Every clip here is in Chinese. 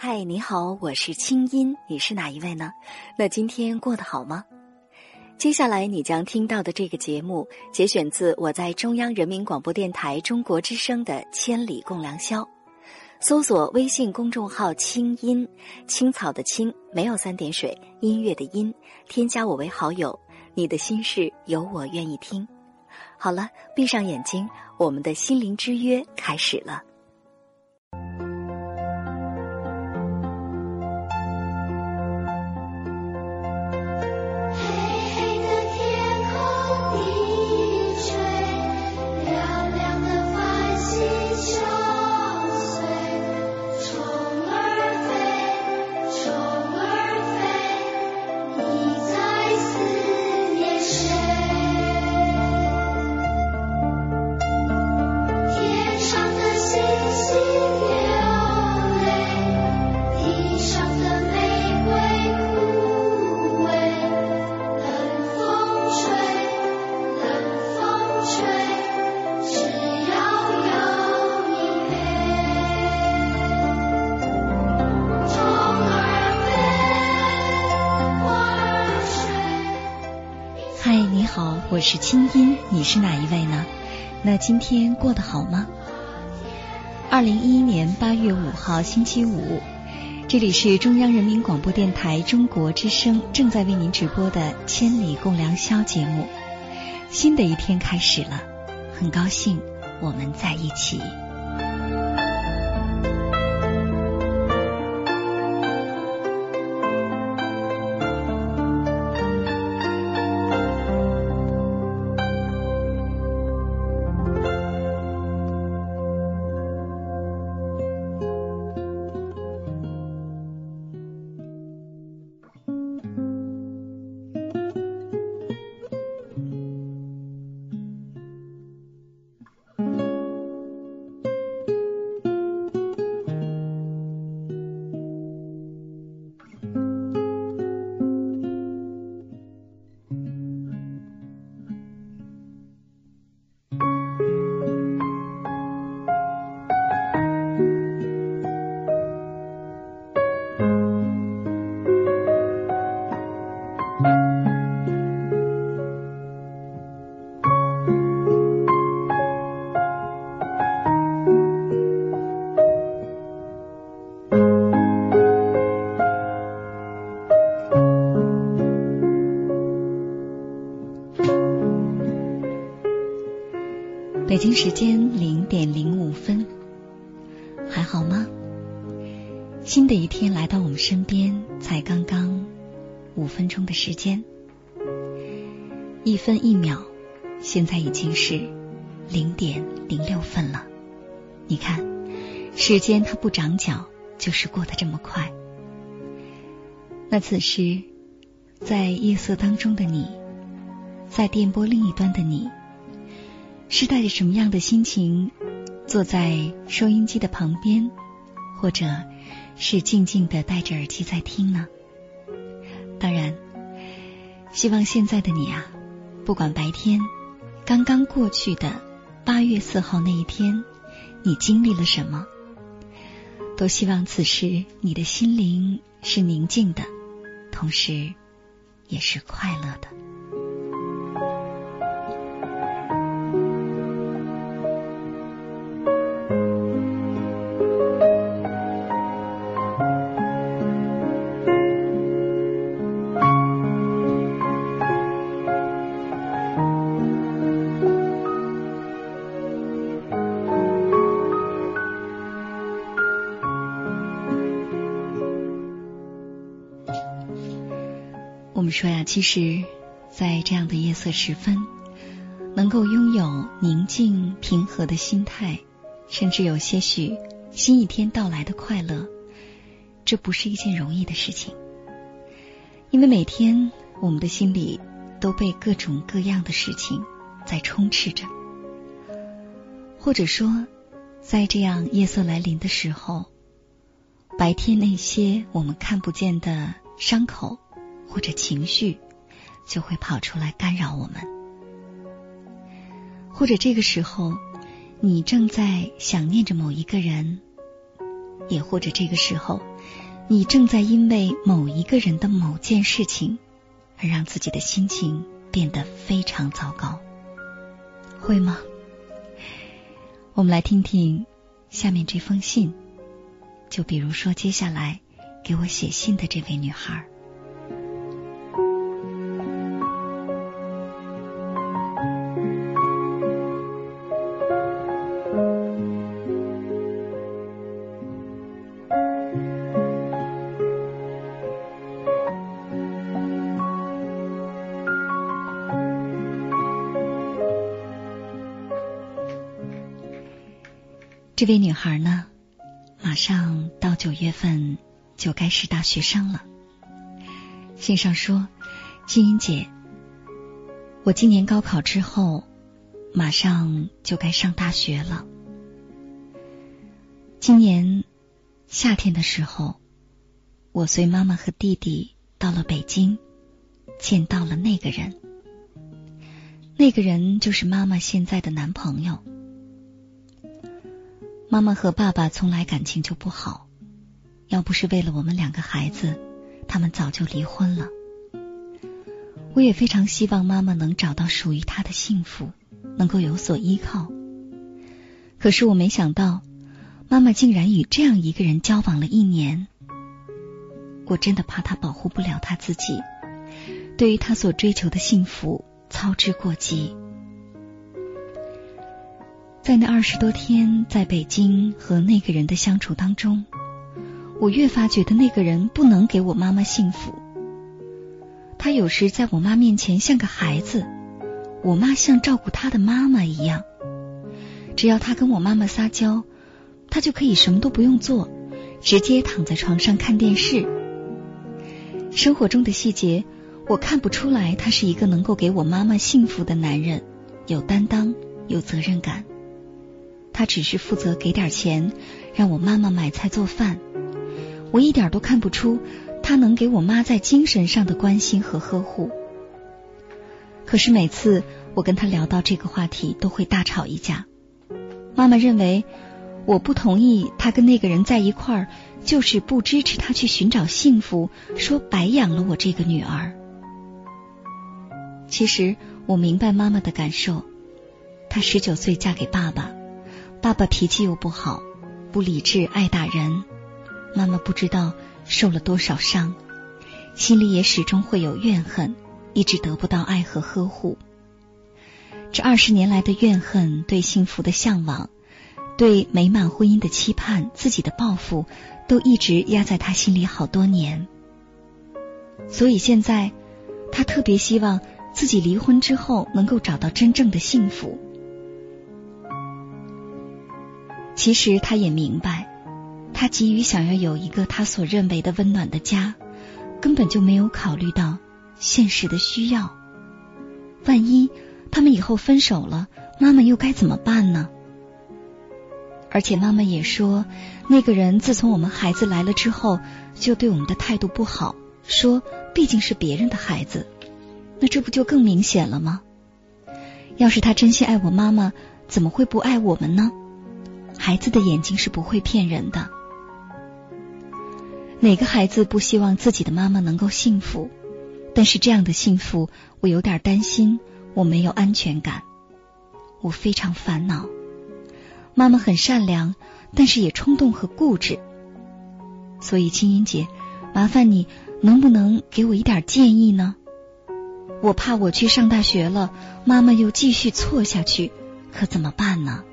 嗨，你好，我是清音，你是哪一位呢？那今天过得好吗？接下来你将听到的这个节目节选自我在中央人民广播电台中国之声的《千里共良宵》，搜索微信公众号清音，青草的青，没有3点水，音乐的音，添加我为好友，你的心事有我愿意听。好了，闭上眼睛，我们的心灵之约开始了。 嗨，你好，我是清音，你是哪一位呢？那今天过得好吗？2011年8月5号星期五，这里是中央人民广播电台中国之声正在为您直播的《千里共良宵》节目。新的一天开始了，很高兴我们在一起。北京时间0点05分，还好吗？新的一天来到我们身边，才刚刚5分钟的时间，1分1秒，现在已经是0点06分了。你看，时间它不长脚，就是过得这么快。那此时，在夜色当中的你，在电波另一端的你，是带着什么样的心情坐在收音机的旁边，或者是静静地戴着耳机在听呢？当然，希望现在的你啊，不管白天刚刚过去的8月4号那一天你经历了什么，都希望此时你的心灵是宁静的，同时也是快乐的。我们说呀，其实在这样的夜色时分，能够拥有宁静平和的心态，甚至有些许新一天到来的快乐，这不是一件容易的事情。因为每天我们的心里都被各种各样的事情在充斥着，或者说在这样夜色来临的时候，白天那些我们看不见的伤口或者情绪就会跑出来干扰我们。或者这个时候你正在想念着某一个人， 也或者这个时候，你正在因为某一个人的某件事情而让自己的心情变得非常糟糕，会吗？我们来听听下面这封信，就比如说接下来给我写信的这位女孩。这位女孩呢，马上到9月份就该是大学生了。信上说，金英姐，我今年高考之后马上就该上大学了。今年夏天的时候，我随妈妈和弟弟到了北京，见到了那个人。那个人就是妈妈现在的男朋友。妈妈和爸爸从来感情就不好，要不是为了我们2个孩子，他们早就离婚了。我也非常希望妈妈能找到属于她的幸福，能够有所依靠。可是我没想到，妈妈竟然与这样一个人交往了1年。我真的怕她保护不了她自己，对于她所追求的幸福操之过急。在那20多天在北京和那个人的相处当中，我越发觉得那个人不能给我妈妈幸福。他有时在我妈面前像个孩子，我妈像照顾他的妈妈一样。只要他跟我妈妈撒娇，他就可以什么都不用做，直接躺在床上看电视。生活中的细节，我看不出来他是一个能够给我妈妈幸福的男人，有担当，有责任感。他只是负责给点钱，让我妈妈买菜做饭。我一点都看不出他能给我妈在精神上的关心和呵护。可是每次我跟他聊到这个话题，都会大吵一架。妈妈认为我不同意他跟那个人在一块儿，就是不支持他去寻找幸福，说白养了我这个女儿。其实我明白妈妈的感受，她19岁嫁给爸爸，爸爸脾气又不好，不理智，爱打人。妈妈不知道受了多少伤，心里也始终会有怨恨，一直得不到爱和呵护。这20年来的怨恨，对幸福的向往，对美满婚姻的期盼，自己的抱负，都一直压在他心里好多年。所以现在他特别希望自己离婚之后能够找到真正的幸福。其实他也明白，他急于想要有一个他所认为的温暖的家，根本就没有考虑到现实的需要。万一他们以后分手了，妈妈又该怎么办呢？而且妈妈也说，那个人自从我们孩子来了之后，就对我们的态度不好，说毕竟是别人的孩子，那这不就更明显了吗？要是他真心爱我妈妈，怎么会不爱我们呢？孩子的眼睛是不会骗人的。哪个孩子不希望自己的妈妈能够幸福？但是这样的幸福，我有点担心，我没有安全感，我非常烦恼。妈妈很善良，但是也冲动和固执。所以青音姐，麻烦你能不能给我一点建议呢？我怕我去上大学了，妈妈又继续错下去，可怎么办呢？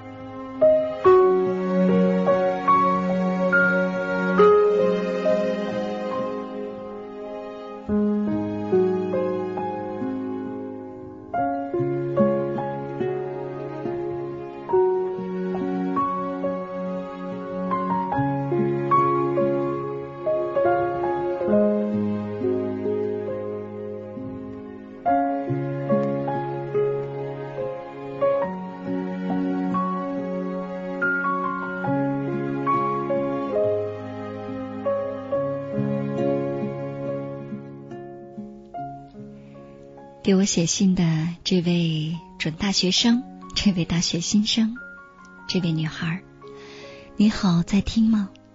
给我写信的这位准大学生，这位大学新生，这位女孩，你好，在听吗？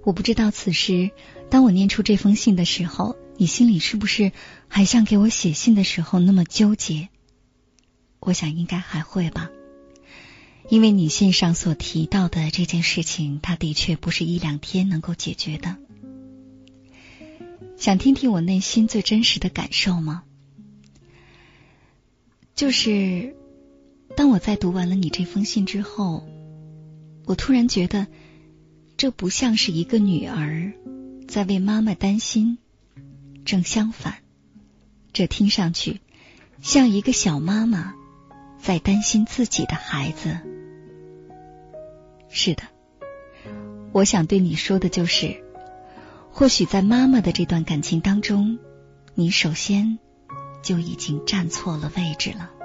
我不知道此时当我念出这封信的时候，你心里是不是还像给我写信的时候那么纠结？我想应该还会吧，因为你信上所提到的这件事情，它的确不是一两天能够解决的。想听听我内心最真实的感受吗？就是当我在读完了你这封信之后，我突然觉得这不像是一个女儿在为妈妈担心，正相反，这听上去像一个小妈妈在担心自己的孩子。是的，我想对你说的就是，或许在妈妈的这段感情当中，你首先就已经站错了位置了。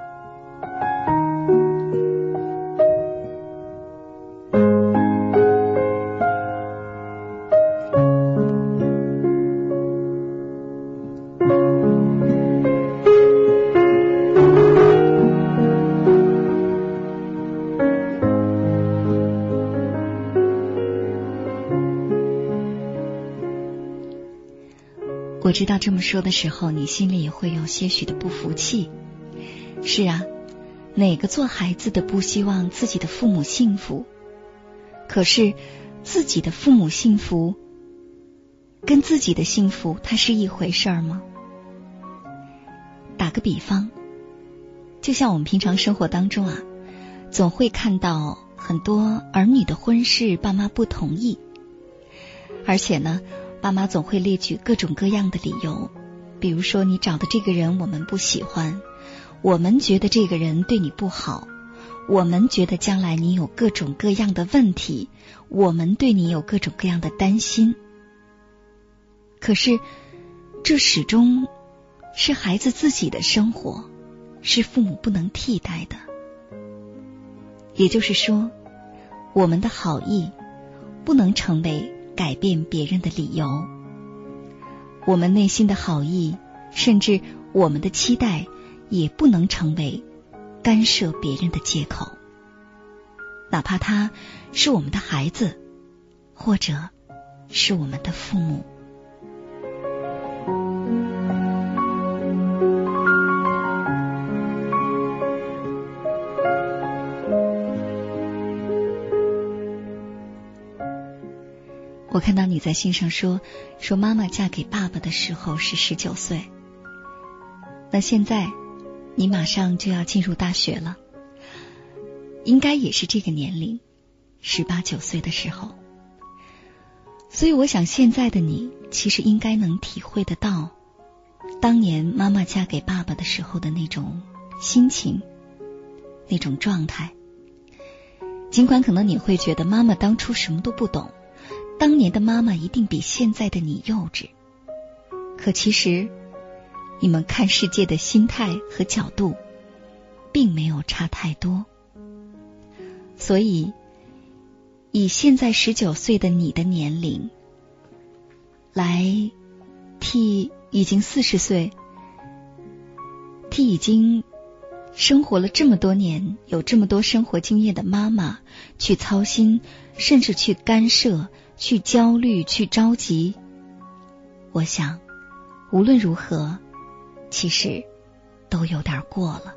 我知道这么说的时候，你心里也会有些许的不服气。是啊，哪个做孩子的不希望自己的父母幸福？可是自己的父母幸福跟自己的幸福它是一回事儿吗？打个比方，就像我们平常生活当中啊，总会看到很多儿女的婚事爸妈不同意，而且呢爸妈总会列举各种各样的理由，比如说你找的这个人我们不喜欢，我们觉得这个人对你不好，我们觉得将来你有各种各样的问题，我们对你有各种各样的担心。可是这始终是孩子自己的生活，是父母不能替代的。也就是说，我们的好意不能成为改变别人的理由，我们内心的好意，甚至我们的期待，也不能成为干涉别人的借口，哪怕他是我们的孩子，或者是我们的父母。我看到你在信上说妈妈嫁给爸爸的时候是19岁，那现在你马上就要进入大学了，应该也是这个年龄，18、19岁的时候。所以我想现在的你其实应该能体会得到当年妈妈嫁给爸爸的时候的那种心情，那种状态。尽管可能你会觉得妈妈当初什么都不懂，当年的妈妈一定比现在的你幼稚，可其实你们看世界的心态和角度并没有差太多。所以以现在19岁的你的年龄来替已经40岁，替已经生活了这么多年，有这么多生活经验的妈妈去操心，甚至去干涉，去焦虑，去着急，我想无论如何其实都有点过了。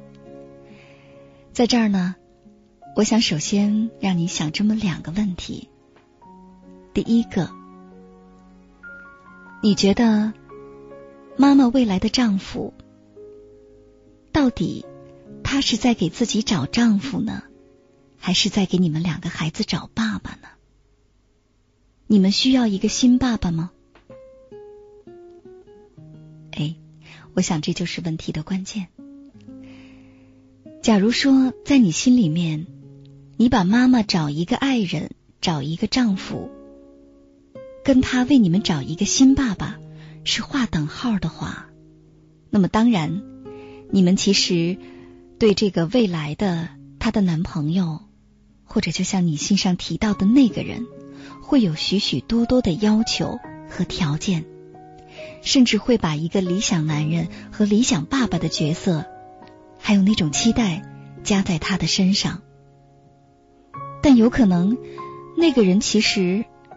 在这儿呢，我想首先让你想这么2个问题。第一个，你觉得妈妈未来的丈夫到底他是在给自己找丈夫呢，还是在给你们2个孩子找爸爸呢？你们需要一个新爸爸吗？我想这就是问题的关键。假如说在你心里面，你把妈妈找一个爱人，找一个丈夫，跟他为你们找一个新爸爸是划等号的话，那么当然你们其实对这个未来的她的男朋友，或者就像你信上提到的那个人，会有许许多多的要求和条件，甚至会把一个理想男人和理想爸爸的角色，还有那种期待加在他的身上。但有可能那个人其实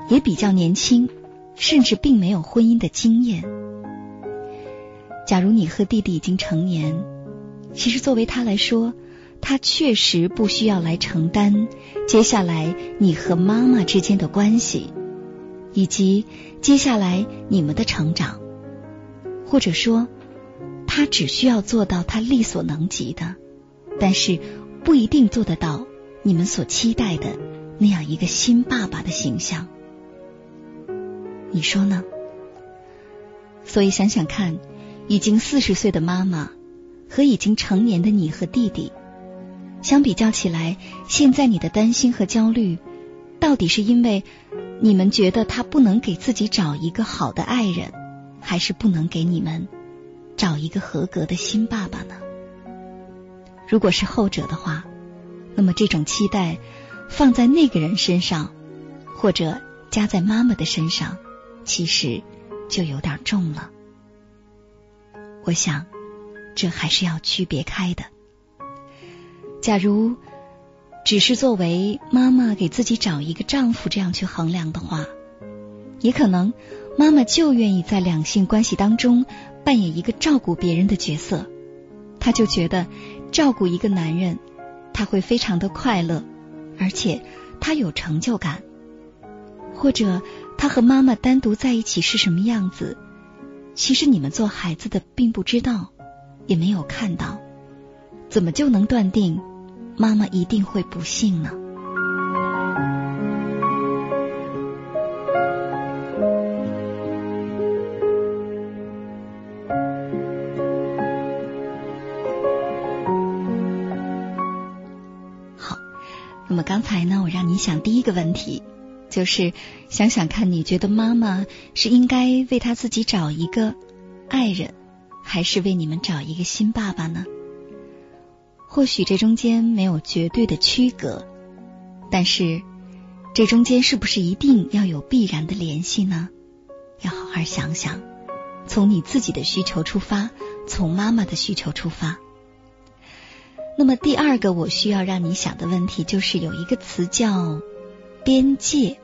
也比较年轻，甚至并没有婚姻的经验。假如你和弟弟已经成年，其实作为他来说，他确实不需要来承担接下来你和妈妈之间的关系，以及接下来你们的成长，或者说他只需要做到他力所能及的，但是不一定做得到你们所期待的那样一个新爸爸的形象。你说呢？所以想想看，已经40岁的妈妈和已经成年的你和弟弟，相比较起来，现在你的担心和焦虑，到底是因为你们觉得他不能给自己找一个好的爱人，还是不能给你们找一个合格的新爸爸呢？如果是后者的话，那么这种期待放在那个人身上，或者加在妈妈的身上，其实就有点重了。我想这还是要区别开的。假如只是作为妈妈给自己找一个丈夫这样去衡量的话，也可能妈妈就愿意在两性关系当中扮演一个照顾别人的角色，她就觉得照顾一个男人他会非常的快乐，而且他有成就感。或者他和妈妈单独在一起是什么样子，其实你们做孩子的并不知道，也没有看到，怎么就能断定妈妈一定会不幸呢？好，那么刚才呢，我让你想第一个问题，就是想想看，你觉得妈妈是应该为她自己找一个爱人，还是为你们找一个新爸爸呢？或许这中间没有绝对的区隔，但是这中间是不是一定要有必然的联系呢？要好好想想，从你自己的需求出发，从妈妈的需求出发。那么第二个我需要让你想的问题，就是有一个词叫边界。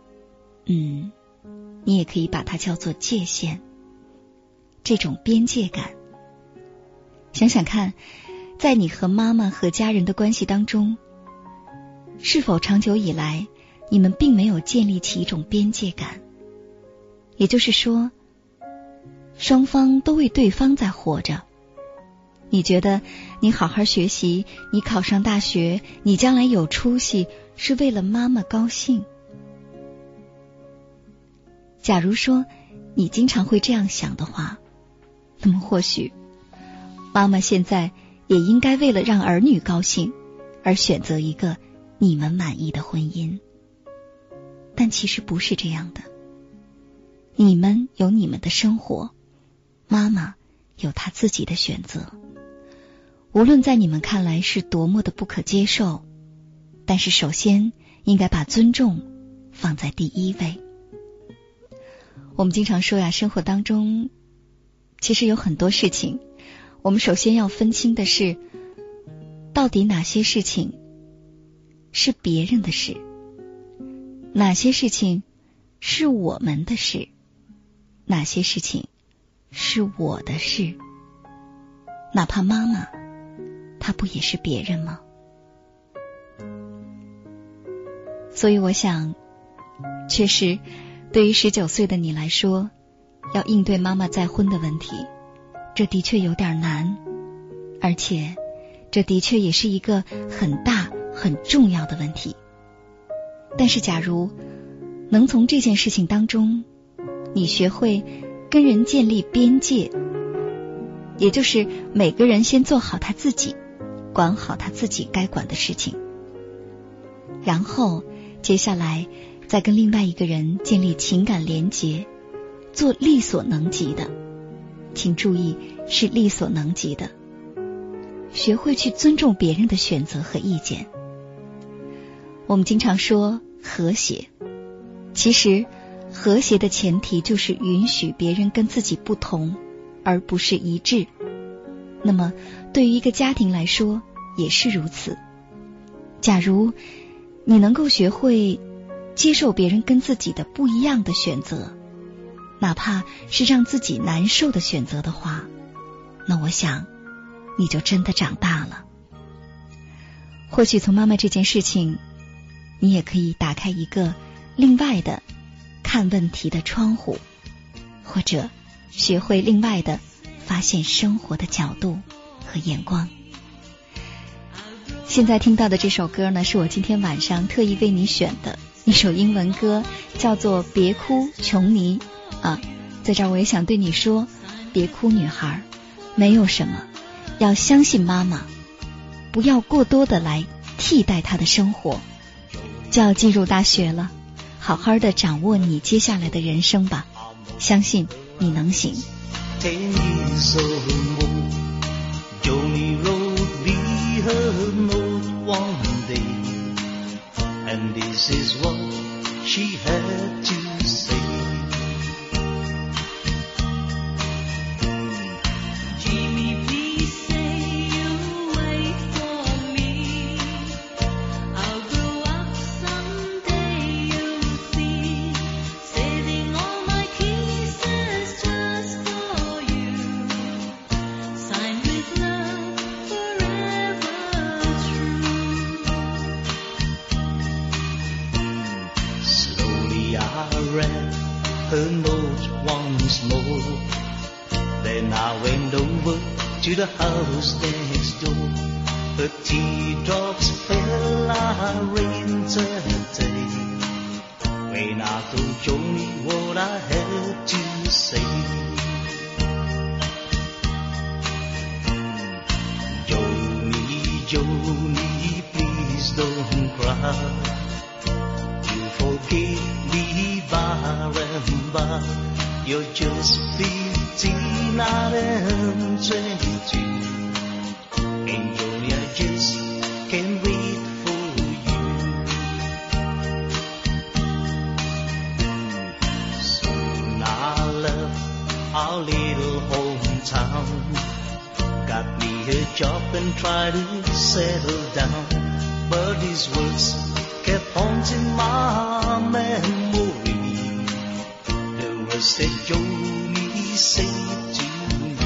你也可以把它叫做界限。这种边界感，想想看，在你和妈妈和家人的关系当中，是否长久以来你们并没有建立起一种边界感？也就是说，双方都为对方在活着。你觉得你好好学习，你考上大学，你将来有出息，是为了妈妈高兴。假如说你经常会这样想的话，那么或许妈妈现在也应该为了让儿女高兴而选择一个你们满意的婚姻。但其实不是这样的，你们有你们的生活，妈妈有她自己的选择。无论在你们看来是多么的不可接受，但是首先应该把尊重放在第一位。我们经常说呀，生活当中其实有很多事情，我们首先要分清的是，到底哪些事情是别人的事，哪些事情是我们的事，哪些事情是我的事。哪怕妈妈，她不也是别人吗？所以我想，确实对于19岁的你来说，要应对妈妈再婚的问题，这的确有点难，而且这的确也是一个很大很重要的问题。但是假如能从这件事情当中，你学会跟人建立边界，也就是每个人先做好他自己，管好他自己该管的事情，然后接下来再跟另外一个人建立情感连结，做力所能及的，请注意是力所能及的，学会去尊重别人的选择和意见。我们经常说和谐，其实和谐的前提就是允许别人跟自己不同，而不是一致。那么对于一个家庭来说也是如此。假如你能够学会接受别人跟自己的不一样的选择，哪怕是让自己难受的选择的话，那我想你就真的长大了。或许从妈妈这件事情，你也可以打开一个另外的看问题的窗户，或者学会另外的发现生活的角度和眼光。现在听到的这首歌呢，是我今天晚上特意为你选的一首英文歌，叫做《别哭琼尼》啊。在这儿我也想对你说，别哭女孩，没有什么，要相信妈妈，不要过多的来替代她的生活。就要进入大学了，好好的掌握你接下来的人生吧，相信你能行。 10 years old, Joni wrote me her note one day, and this is what she had to say. Jimmy, please say you'll wait for me. I'll grow up someday, you'll see, saving all my kisses just for you. Signed with love, forever true. Slowly I read her note once more. Then I went over to the house next door. Her teardrops fell like rain today. When I told Joni what I had to say. Joni, Joni, please don't cry. You forgive me by and by. You're just 15, I am 22. And Joni, I just can't wait for you. Soon I left our little hometown. Got me a job and tried to settle down. But these words kept haunting my memory. The words that Joni said to me.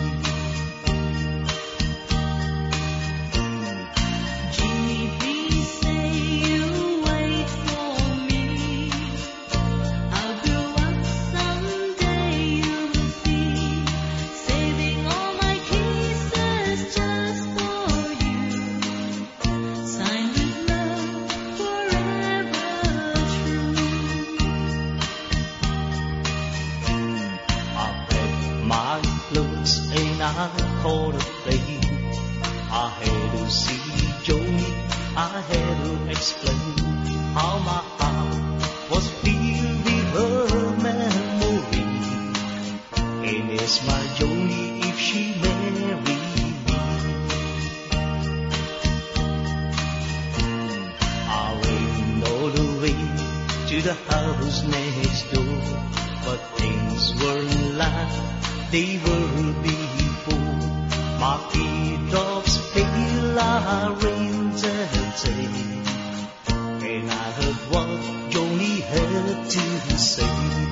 Jimmy, please say you'll wait for me. I'll grow up someday, you'll see, saving all my kisses just for you. Signed with love, forever true. I packed my clothes and I called a plane. I had to see Joni, I had to explain how my heart was filled with her memory. And asked my Joni if she married me. I went all the way to the house next door, but things weren't like they were before. My teardrops fell like rain today, and I heard what Joni had to say.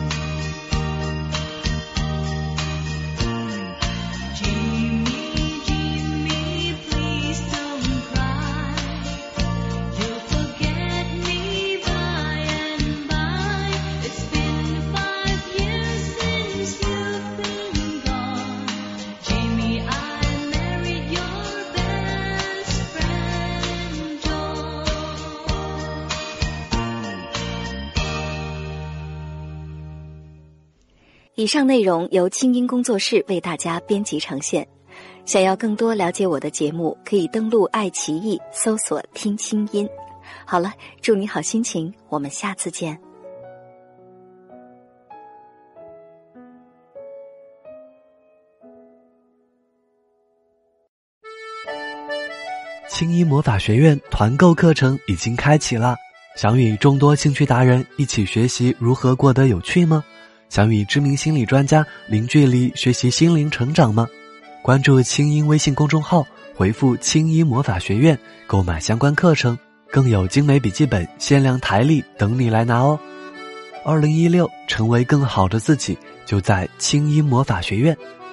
Jimmy, Jimmy, please don't cry. You'll forget me by and by. It's been 5 years since you've been gone. Jimmy, I married your best friend John. 以上内容由清音工作室为大家编辑呈现。想要更多了解我的节目，可以登录爱奇艺搜索听清音。好了，祝你好心情，我们下次见。 青衣魔法学院团购课程已经开启了，想与众多兴趣达人一起学习如何过得有趣吗？想与知名心理专家零距离学习心灵成长吗？关注青音微信公众号，回复青衣魔法学院购买相关课程， 更有精美笔记本、限量台历等你来拿哦。2016，成为更好的自己，就在清音魔法学院。